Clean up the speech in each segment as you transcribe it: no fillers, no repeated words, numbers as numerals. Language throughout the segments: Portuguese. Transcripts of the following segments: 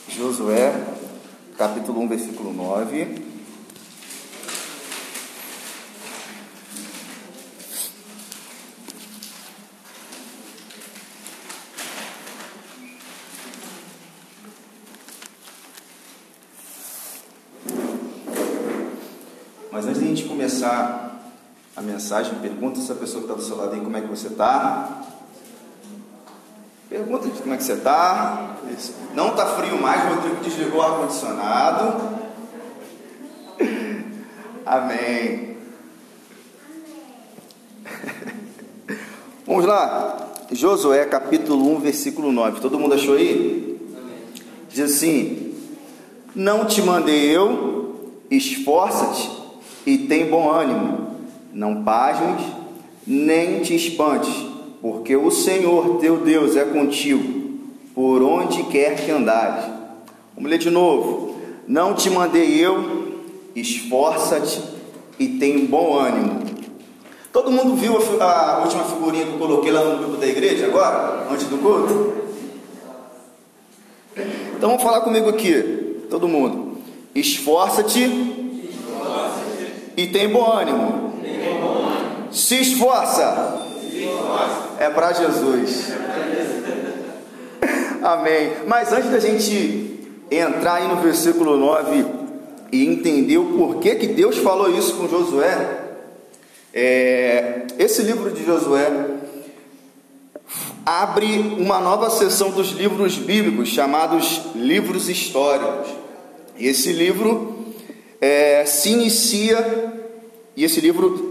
Josué, capítulo 1, versículo 9. Mas antes de a gente começar a mensagem, pergunta essa pessoa que está do seu lado aí como é que você está. Pergunta como é que você está. Não está frio mais, o Rodrigo desligou o ar-condicionado. Amém. Vamos lá. Josué capítulo 1, versículo 9. Todo mundo achou aí? Diz assim: não te mandei eu, esforça-te e tem bom ânimo, não pasmes, nem te espantes, porque o Senhor teu Deus é contigo, por onde quer que andares. Vamos ler de novo. Não te mandei eu, esforça-te e tem bom ânimo. Todo mundo viu a última figurinha que eu coloquei lá no grupo da igreja agora, antes do culto? Então vamos falar comigo aqui, todo mundo. Esforça-te e tem bom ânimo. Se esforça. É para Jesus. Amém. Mas antes da gente entrar aí no versículo 9 e entender o porquê que Deus falou isso com Josué, esse livro de Josué abre uma nova seção dos livros bíblicos chamados livros históricos. E esse livro se inicia, e esse livro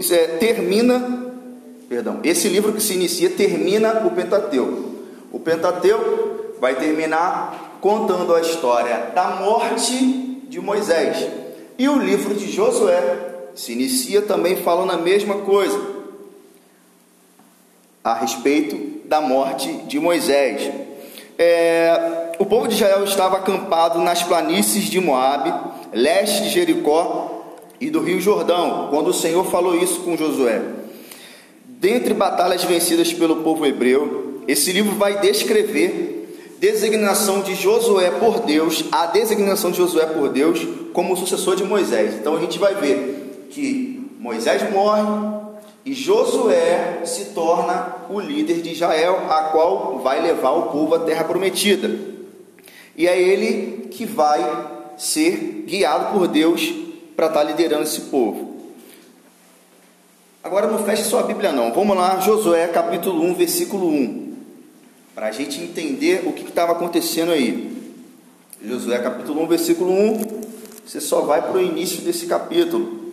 esse livro que se inicia termina o Pentateuco. O Pentateuco vai terminar contando a história da morte de Moisés. E o livro de Josué se inicia também falando a mesma coisa, a respeito da morte de Moisés. O povo de Israel estava acampado nas planícies de Moabe, leste de Jericó e do rio Jordão, quando o Senhor falou isso com Josué. Dentre batalhas vencidas pelo povo hebreu, esse livro vai descrever a designação de Josué por Deus como sucessor de Moisés. Então a gente vai ver que Moisés morre e Josué se torna o líder de Israel, a qual vai levar o povo à terra prometida. E é ele que vai ser guiado por Deus para estar liderando esse povo. Agora não feche sua Bíblia não. Vamos lá, Josué capítulo 1, versículo 1. Para a gente entender o que estava acontecendo aí. Josué capítulo 1, versículo 1. Você só vai para o início desse capítulo.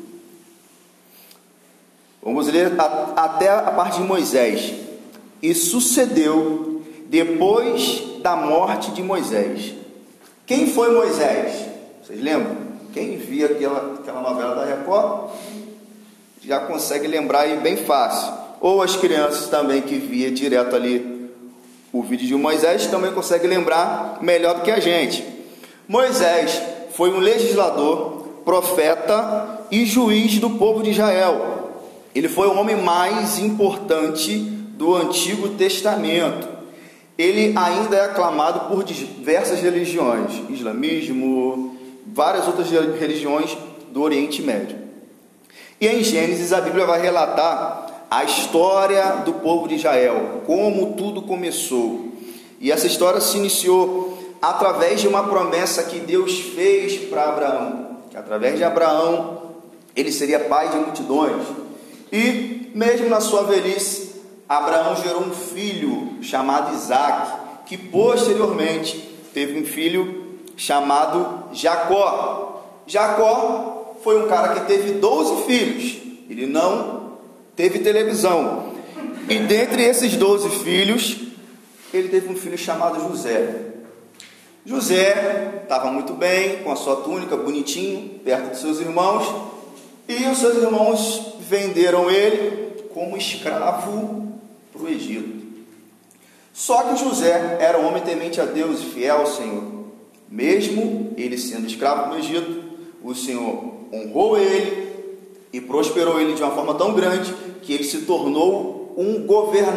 Vamos ler até a parte de Moisés. E sucedeu depois da morte de Moisés. Quem foi Moisés? Vocês lembram? Quem via aquela novela da Record já consegue lembrar aí bem fácil. Ou as crianças também que via direto ali o vídeo de Moisés também conseguem lembrar melhor do que a gente. Moisés foi um legislador, profeta e juiz do povo de Israel. Ele foi o homem mais importante do Antigo Testamento. Ele ainda é aclamado por diversas religiões, islamismo, várias outras religiões do Oriente Médio. E em Gênesis a Bíblia vai relatar a história do povo de Israel, como tudo começou. E essa história se iniciou através de uma promessa que Deus fez para Abraão, que através de Abraão ele seria pai de multidões. E mesmo na sua velhice, Abraão gerou um filho chamado Isaac, que posteriormente teve um filho chamado Jacó. Jacó foi um cara que teve 12 filhos. Ele não teve televisão. E dentre esses 12 filhos, ele teve um filho chamado José. José estava muito bem, com a sua túnica, bonitinho, perto de seus irmãos. E os seus irmãos venderam ele como escravo para o Egito. Só que José era um homem temente a Deus e fiel ao Senhor. Mesmo ele sendo escravo no Egito, o Senhor honrou ele e prosperou ele de uma forma tão grande que ele se tornou um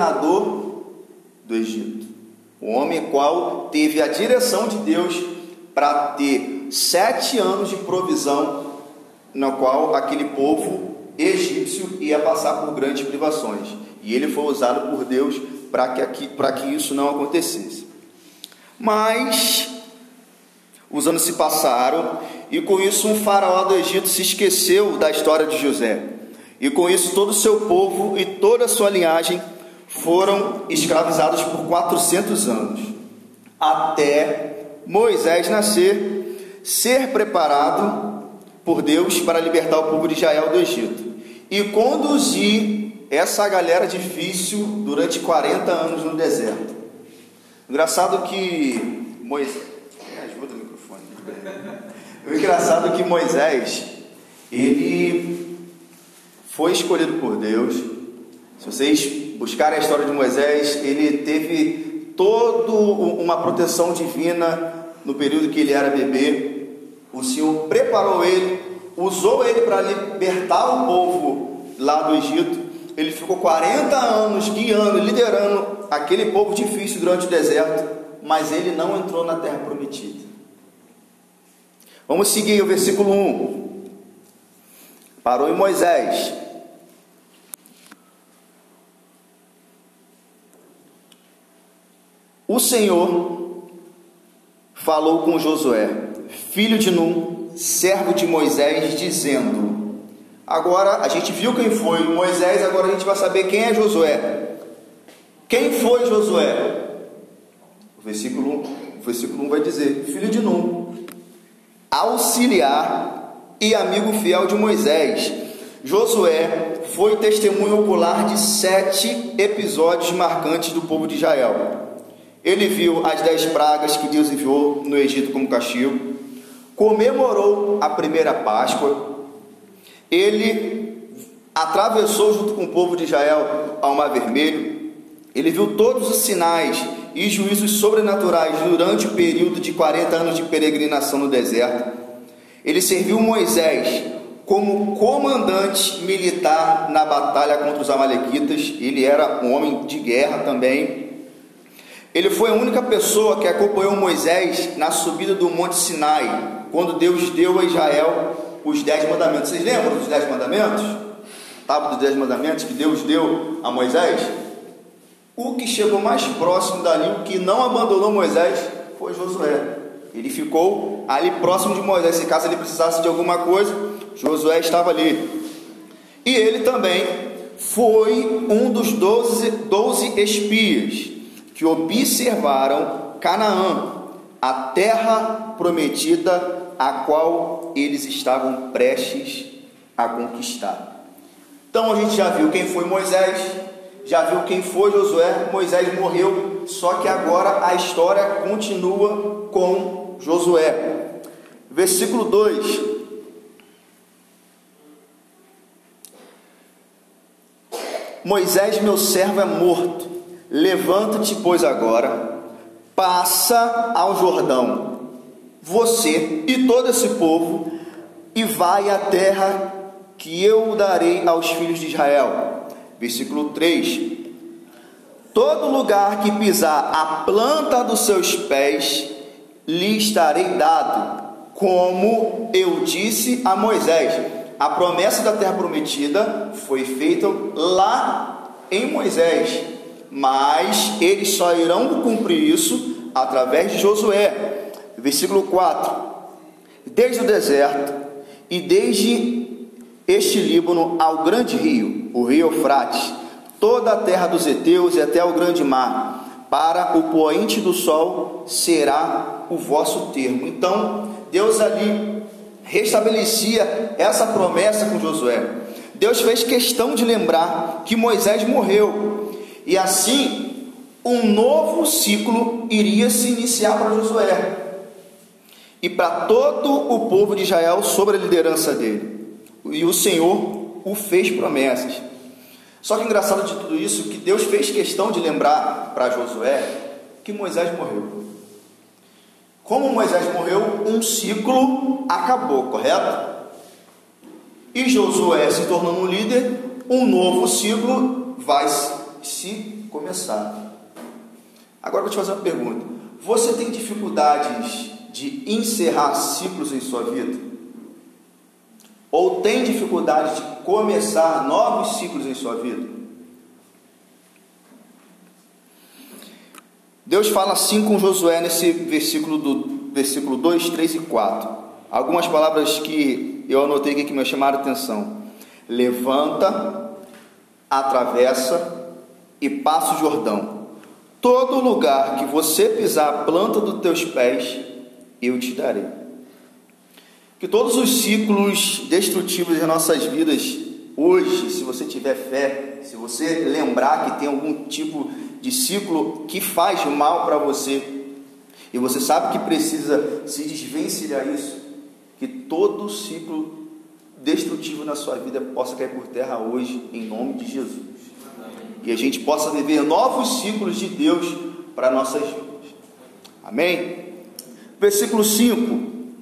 governador do Egito. Um homem qual teve a direção de Deus para ter 7 anos de provisão, na qual aquele povo egípcio ia passar por grandes privações. E ele foi usado por Deus para que isso não acontecesse. Mas os anos se passaram, e com isso um faraó do Egito se esqueceu da história de José. E com isso todo o seu povo e toda a sua linhagem foram escravizados por 400 anos, até Moisés nascer, ser preparado por Deus para libertar o povo de Israel do Egito e conduzir essa galera difícil durante 40 anos no deserto. Engraçado que Moisés... ajuda o microfone. O engraçado é que Moisés, ele foi escolhido por Deus. Se vocês buscarem a história de Moisés, ele teve toda uma proteção divina no período que ele era bebê. O Senhor preparou ele, usou ele para libertar o povo lá do Egito. Ele ficou 40 anos guiando, liderando aquele povo difícil durante o deserto, mas ele não entrou na terra prometida. Vamos seguir o versículo 1. Parou em Moisés. O Senhor falou com Josué, filho de Num, servo de Moisés, dizendo... Agora a gente viu quem foi Moisés, agora a gente vai saber quem é Josué. Quem foi Josué? O versículo 1 vai dizer: filho de Num, auxiliar e amigo fiel de Moisés. Josué foi testemunho ocular de 7 episódios marcantes do povo de Israel. Ele viu as 10 pragas que Deus enviou no Egito como castigo, comemorou a primeira Páscoa, ele atravessou junto com o povo de Israel ao Mar Vermelho, ele viu todos os sinais e juízos sobrenaturais durante o período de 40 anos de peregrinação no deserto. Ele serviu Moisés como comandante militar na batalha contra os amalequitas. Ele era um homem de guerra também. Ele foi a única pessoa que acompanhou Moisés na subida do Monte Sinai, quando Deus deu a Israel os 10 mandamentos. Vocês lembram dos 10 mandamentos? Tábua dos 10 mandamentos que Deus deu a Moisés? O que chegou mais próximo dali, o que não abandonou Moisés, foi Josué. Ele ficou ali próximo de Moisés. Se caso ele precisasse de alguma coisa, Josué estava ali. E ele também foi um dos 12 espias que observaram Canaã, a terra prometida, a qual eles estavam prestes a conquistar. Então a gente já viu quem foi Moisés, já viu quem foi Josué. Moisés morreu, só que agora a história continua com Josué. Versículo 2: Moisés, meu servo, é morto. Levanta-te, pois, agora, passa ao Jordão, você e todo esse povo, e vai à terra que eu darei aos filhos de Israel. Versículo 3: todo lugar que pisar a planta dos seus pés, lhe estarei dado, como eu disse a Moisés. A promessa da terra prometida foi feita lá em Moisés, mas eles só irão cumprir isso através de Josué. Versículo 4: desde o deserto e desde este Líbano ao grande rio, o rio Eufrates, toda a terra dos heteus e até o grande mar, para o poente do sol será o vosso termo. Então Deus ali restabelecia essa promessa com Josué. Deus fez questão de lembrar que Moisés morreu, e assim um novo ciclo iria se iniciar para Josué e para todo o povo de Israel sob a liderança dele. E o Senhor o fez promessas. Só que engraçado de tudo isso, que Deus fez questão de lembrar para Josué que Moisés morreu. Como Moisés morreu, um ciclo acabou, correto? E Josué se tornando um líder, um novo ciclo vai se começar. Agora eu vou te fazer uma pergunta: você tem dificuldades de encerrar ciclos em sua vida? Ou tem dificuldade de começar novos ciclos em sua vida? Deus fala assim com Josué nesse versículo 2, 3 e 4. Algumas palavras que eu anotei aqui que me chamaram a atenção. Levanta, atravessa e passa o Jordão. Todo lugar que você pisar a planta dos teus pés, eu te darei. Que todos os ciclos destrutivos das nossas vidas, hoje, se você tiver fé, se você lembrar que tem algum tipo de ciclo que faz mal para você, e você sabe que precisa se desvencilhar isso, que todo ciclo destrutivo na sua vida possa cair por terra hoje, em nome de Jesus. E a gente possa viver novos ciclos de Deus para nossas vidas. Amém? Versículo 5.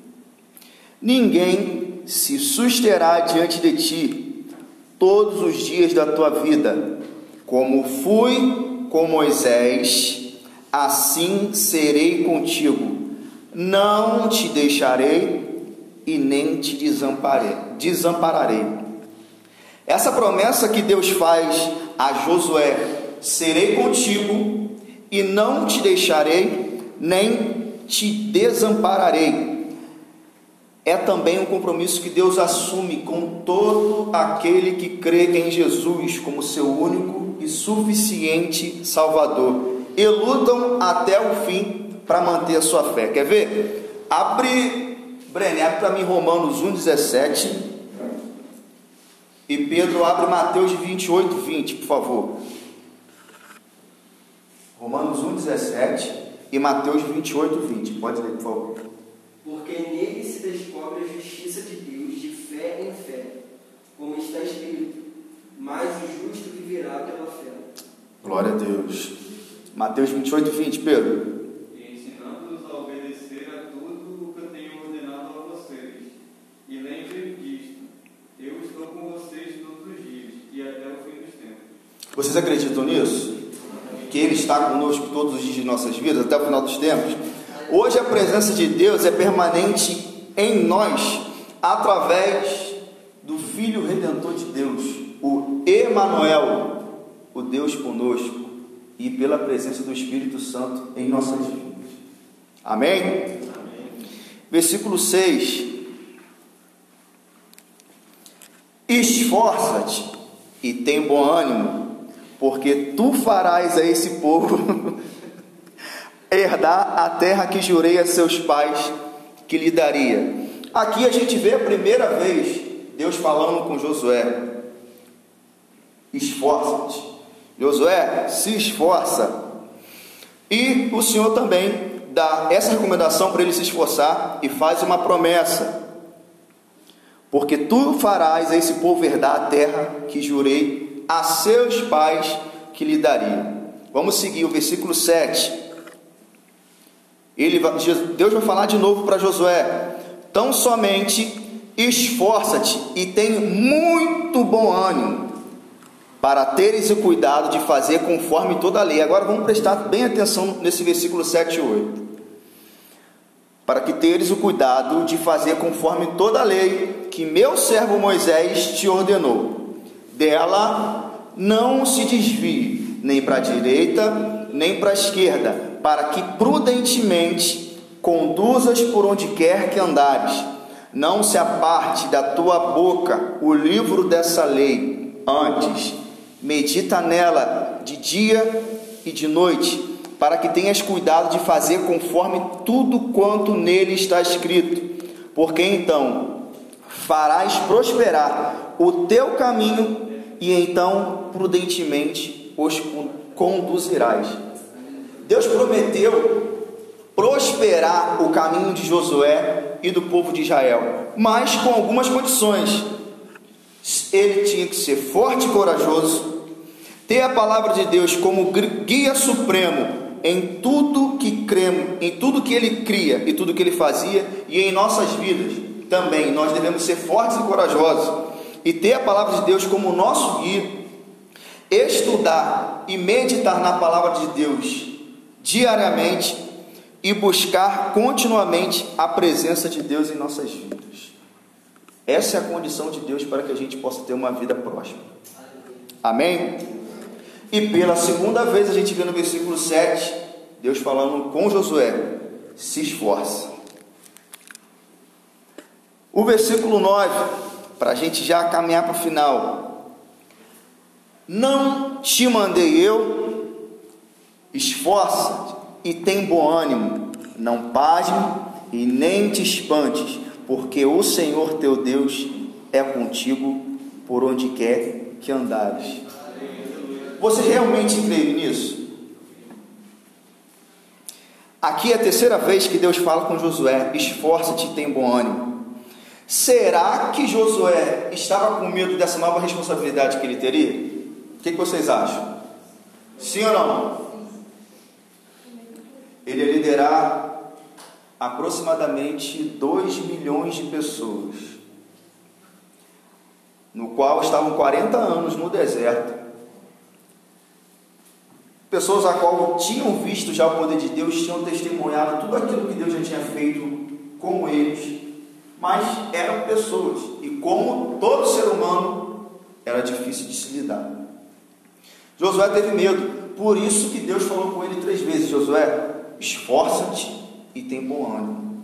Ninguém se susterá diante de ti todos os dias da tua vida. Como fui com Moisés, assim serei contigo. Não te deixarei e nem te desampararei. Essa promessa que Deus faz a Josué: serei contigo e não te deixarei nem te desampararei, é também um compromisso que Deus assume com todo aquele que crê em Jesus como seu único e suficiente Salvador, e lutam até o fim para manter a sua fé. Quer ver? Breno, abre para mim Romanos 1,17, e Pedro abre Mateus 28, 20, por favor. Romanos 1,17 e Mateus 28, 20. Pode ler, por favor. Porque nele se descobre a justiça de Deus de fé em fé, como está escrito: mas o justo viverá pela fé. Glória a Deus. Mateus 28, 20, Pedro. E ensinando-os a obedecer a tudo o que eu tenho ordenado a vocês. E lembrem disto: eu estou com vocês todos os dias e até o fim dos tempos. Vocês acreditam nisso? Que Ele está conosco todos os dias de nossas vidas, até o final dos tempos? Hoje a presença de Deus é permanente em nós, através do Filho Redentor de Deus, o Emanuel, o Deus conosco, e pela presença do Espírito Santo em nossas vidas. Amém? Amém. Versículo 6. Esforça-te e tem bom ânimo, porque tu farás a esse povo herdar a terra que jurei a seus pais que lhe daria. Aqui a gente vê a primeira vez Deus falando com Josué: esforça-te. Josué, se esforça. E o Senhor também dá essa recomendação para ele se esforçar e faz uma promessa: porque tu farás a esse povo herdar a terra que jurei a seus pais que lhe daria. Vamos seguir o versículo 7. Deus vai falar de novo para Josué: tão somente esforça-te e tem muito bom ânimo, para teres o cuidado de fazer conforme toda a lei. Agora vamos prestar bem atenção nesse versículo 7 e 8. Para que teres o cuidado de fazer conforme toda a lei que meu servo Moisés te ordenou. Dela não se desvie, nem para a direita, nem para a esquerda, para que prudentemente conduzas por onde quer que andares. Não se aparte da tua boca o livro dessa lei, antes medita nela de dia e de noite, para que tenhas cuidado de fazer conforme tudo quanto nele está escrito, porque então farás prosperar o teu caminho e então prudentemente os conduzirás. Deus prometeu prosperar o caminho de Josué e do povo de Israel, mas com algumas condições. Ele tinha que ser forte e corajoso, ter a palavra de Deus como guia supremo em tudo que cremos, em tudo que ele cria e tudo que ele fazia, e em nossas vidas também nós devemos ser fortes e corajosos e ter a palavra de Deus como nosso guia, estudar e meditar na palavra de Deus diariamente e buscar continuamente a presença de Deus em nossas vidas. Essa é a condição de Deus para que a gente possa ter uma vida próspera. Amém? E pela segunda vez a gente vê no versículo 7, Deus falando com Josué: se esforça. O versículo 9, para a gente já caminhar para o final: não te mandei eu? Esforça-te e tem bom ânimo, não pasme e nem te espantes, porque o Senhor teu Deus é contigo por onde quer que andares. Você realmente crê nisso? Aqui é a terceira vez que Deus fala com Josué: esforça-te e tem bom ânimo. Será que Josué estava com medo dessa nova responsabilidade que ele teria? O que vocês acham? Sim ou não? Ele ia liderar aproximadamente 2 milhões de pessoas, no qual estavam 40 anos no deserto. Pessoas a qual tinham visto já o poder de Deus, tinham testemunhado tudo aquilo que Deus já tinha feito com eles, mas eram pessoas, e como todo ser humano, era difícil de se lidar. Josué teve medo, por isso que Deus falou com ele 3 vezes: Josué, esforça-te e tem bom ânimo,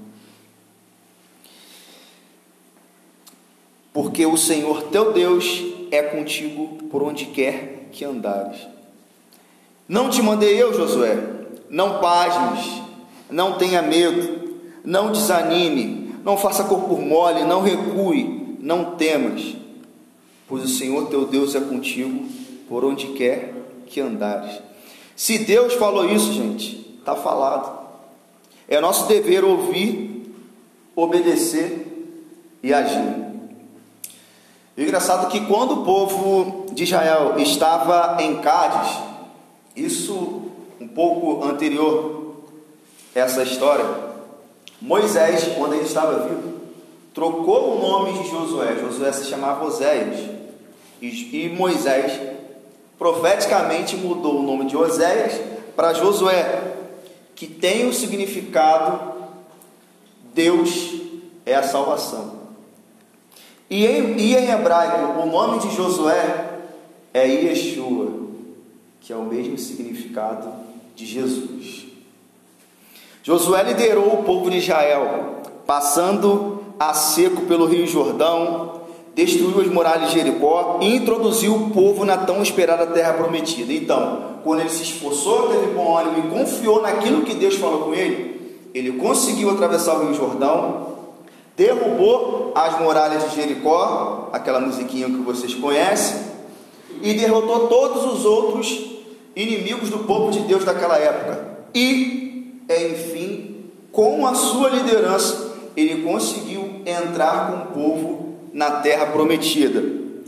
porque o Senhor teu Deus é contigo por onde quer que andares. Não te mandei eu, Josué? Não pasmes, não tenha medo, não desanime, não faça corpo mole, não recue, não temas, pois o Senhor teu Deus é contigo por onde quer que andares. Se Deus falou isso, gente, está falado. É nosso dever ouvir, obedecer e agir. E o engraçado é que quando o povo de Israel estava em Cádiz, isso um pouco anterior a essa história, Moisés, quando ele estava vivo, trocou o nome de Josué. Josué se chamava Oséias, e Moisés profeticamente mudou o nome de Oséias para Josué, que tem o significado Deus é a salvação. E em hebraico, o nome de Josué é Yeshua, que é o mesmo significado de Jesus. Josué liderou o povo de Israel, passando a seco pelo Rio Jordão, destruiu as muralhas de Jericó e introduziu o povo na tão esperada terra prometida. Então, quando ele se esforçou, teve bom ânimo e confiou naquilo que Deus falou com ele, ele conseguiu atravessar o Rio Jordão, derrubou as muralhas de Jericó, aquela musiquinha que vocês conhecem, e derrotou todos os outros inimigos do povo de Deus daquela época. E, enfim, com a sua liderança, ele conseguiu entrar com o povo na terra prometida.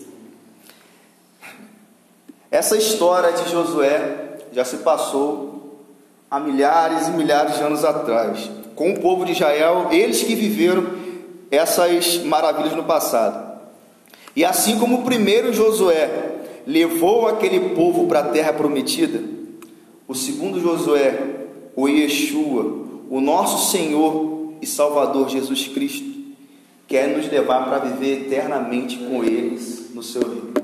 Essa história de Josué já se passou há milhares e milhares de anos atrás, com o povo de Israel, eles que viveram essas maravilhas no passado. E assim como o primeiro Josué levou aquele povo para a terra prometida, o segundo Josué, o Yeshua, o nosso Senhor e Salvador Jesus Cristo, quer nos levar para viver eternamente com eles no seu reino.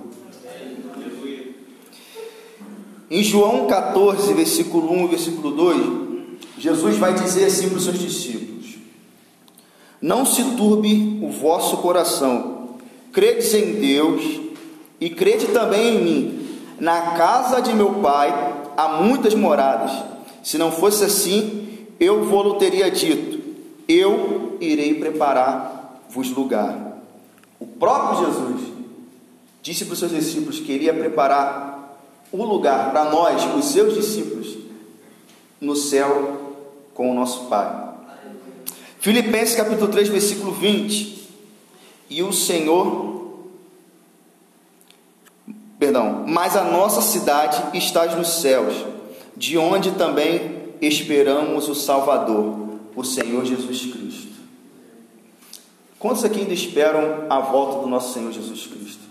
Em João 14, versículo 1 e versículo 2, Jesus vai dizer assim para os seus discípulos: não se turbe o vosso coração, credes em Deus e crede também em mim. Na casa de meu pai há muitas moradas. Se não fosse assim, eu vou-lhe teria dito: eu irei preparar-vos lugar. O próprio Jesus disse para os seus discípulos que ele ia preparar um lugar para nós, os seus discípulos, no céu com o nosso Pai. Filipenses capítulo 3, versículo 20. E o Senhor... mas a nossa cidade está nos céus, de onde também esperamos o Salvador, o Senhor Jesus Cristo. Quantos aqui ainda esperam a volta do nosso Senhor Jesus Cristo?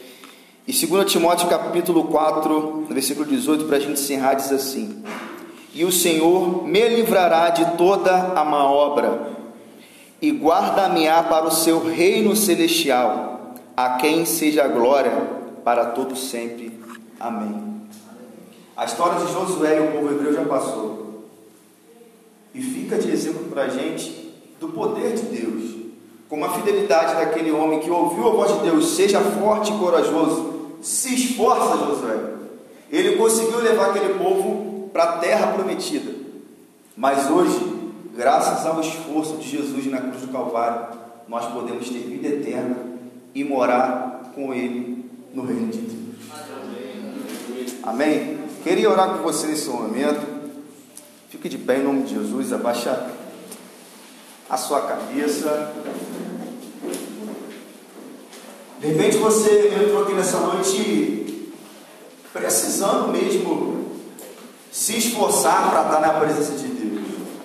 E 2 Timóteo capítulo 4, versículo 18, para a gente encerrar, diz assim: e o Senhor me livrará de toda a má obra, e guarda-me-á para o seu reino celestial, a quem seja a glória para todo sempre. Amém. A história de Josué e o povo hebreu já passou, e fica de exemplo para a gente do poder de Deus, como a fidelidade daquele homem que ouviu a voz de Deus: seja forte e corajoso, se esforça, Josué. Ele conseguiu levar aquele povo para a terra prometida. Mas hoje, graças ao esforço de Jesus na cruz do Calvário, nós podemos ter vida eterna e morar com Ele no reino de Deus. Amém? Queria orar com você nesse momento. Fique de pé em nome de Jesus, abaixa a sua cabeça. De repente você entrou aqui nessa noite precisando mesmo se esforçar para estar na presença de Deus,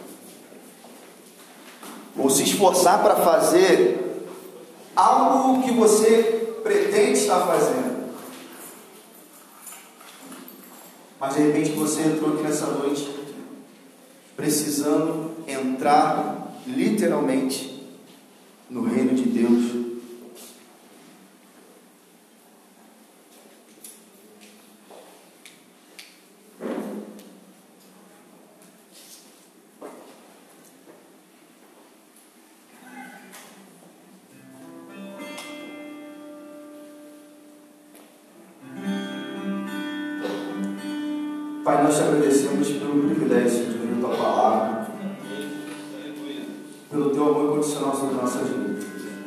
ou se esforçar para fazer algo que você pretende estar fazendo, mas de repente você entrou aqui nessa noite precisando entrar literalmente no reino de Deus. Pai, nós te agradecemos pelo privilégio de ouvir a tua palavra, pelo teu amor incondicional sobre nossas vidas,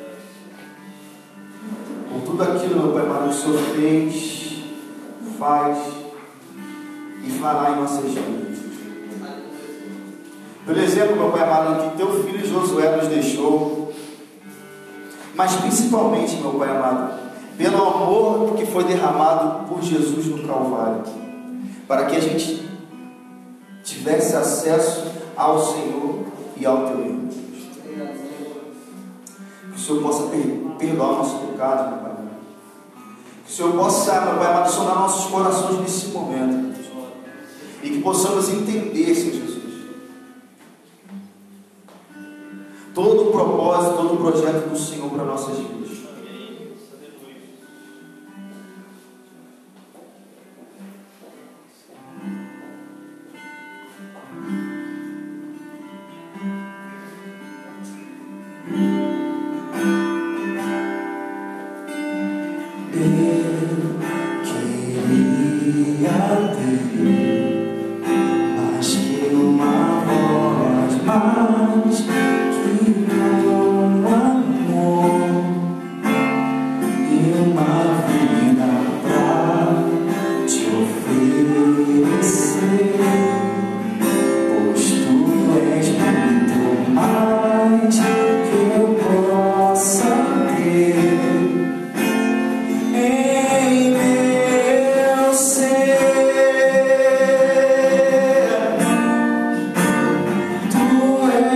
por tudo aquilo, meu Pai amado, que o Senhor fez, faz e fará em nossas vidas. Pelo exemplo, meu Pai amado, que teu filho Josué nos deixou, mas principalmente, meu Pai amado, pelo amor que foi derramado por Jesus no Calvário, para que a gente tivesse acesso ao Senhor e ao teu reino. Que o Senhor possa perdoar o nosso pecado, meu Pai. Que o Senhor possa, meu Pai amado, sonar nossos corações nesse momento. E que possamos entender, Senhor Jesus, todo o propósito, todo o projeto do Senhor para nossas vidas. Tu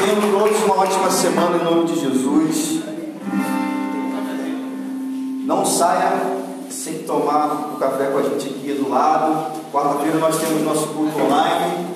Tenham todos uma ótima semana em nome de Jesus. Não saia sem tomar o café com a gente aqui do lado. Quarta-feira nós temos nosso culto online.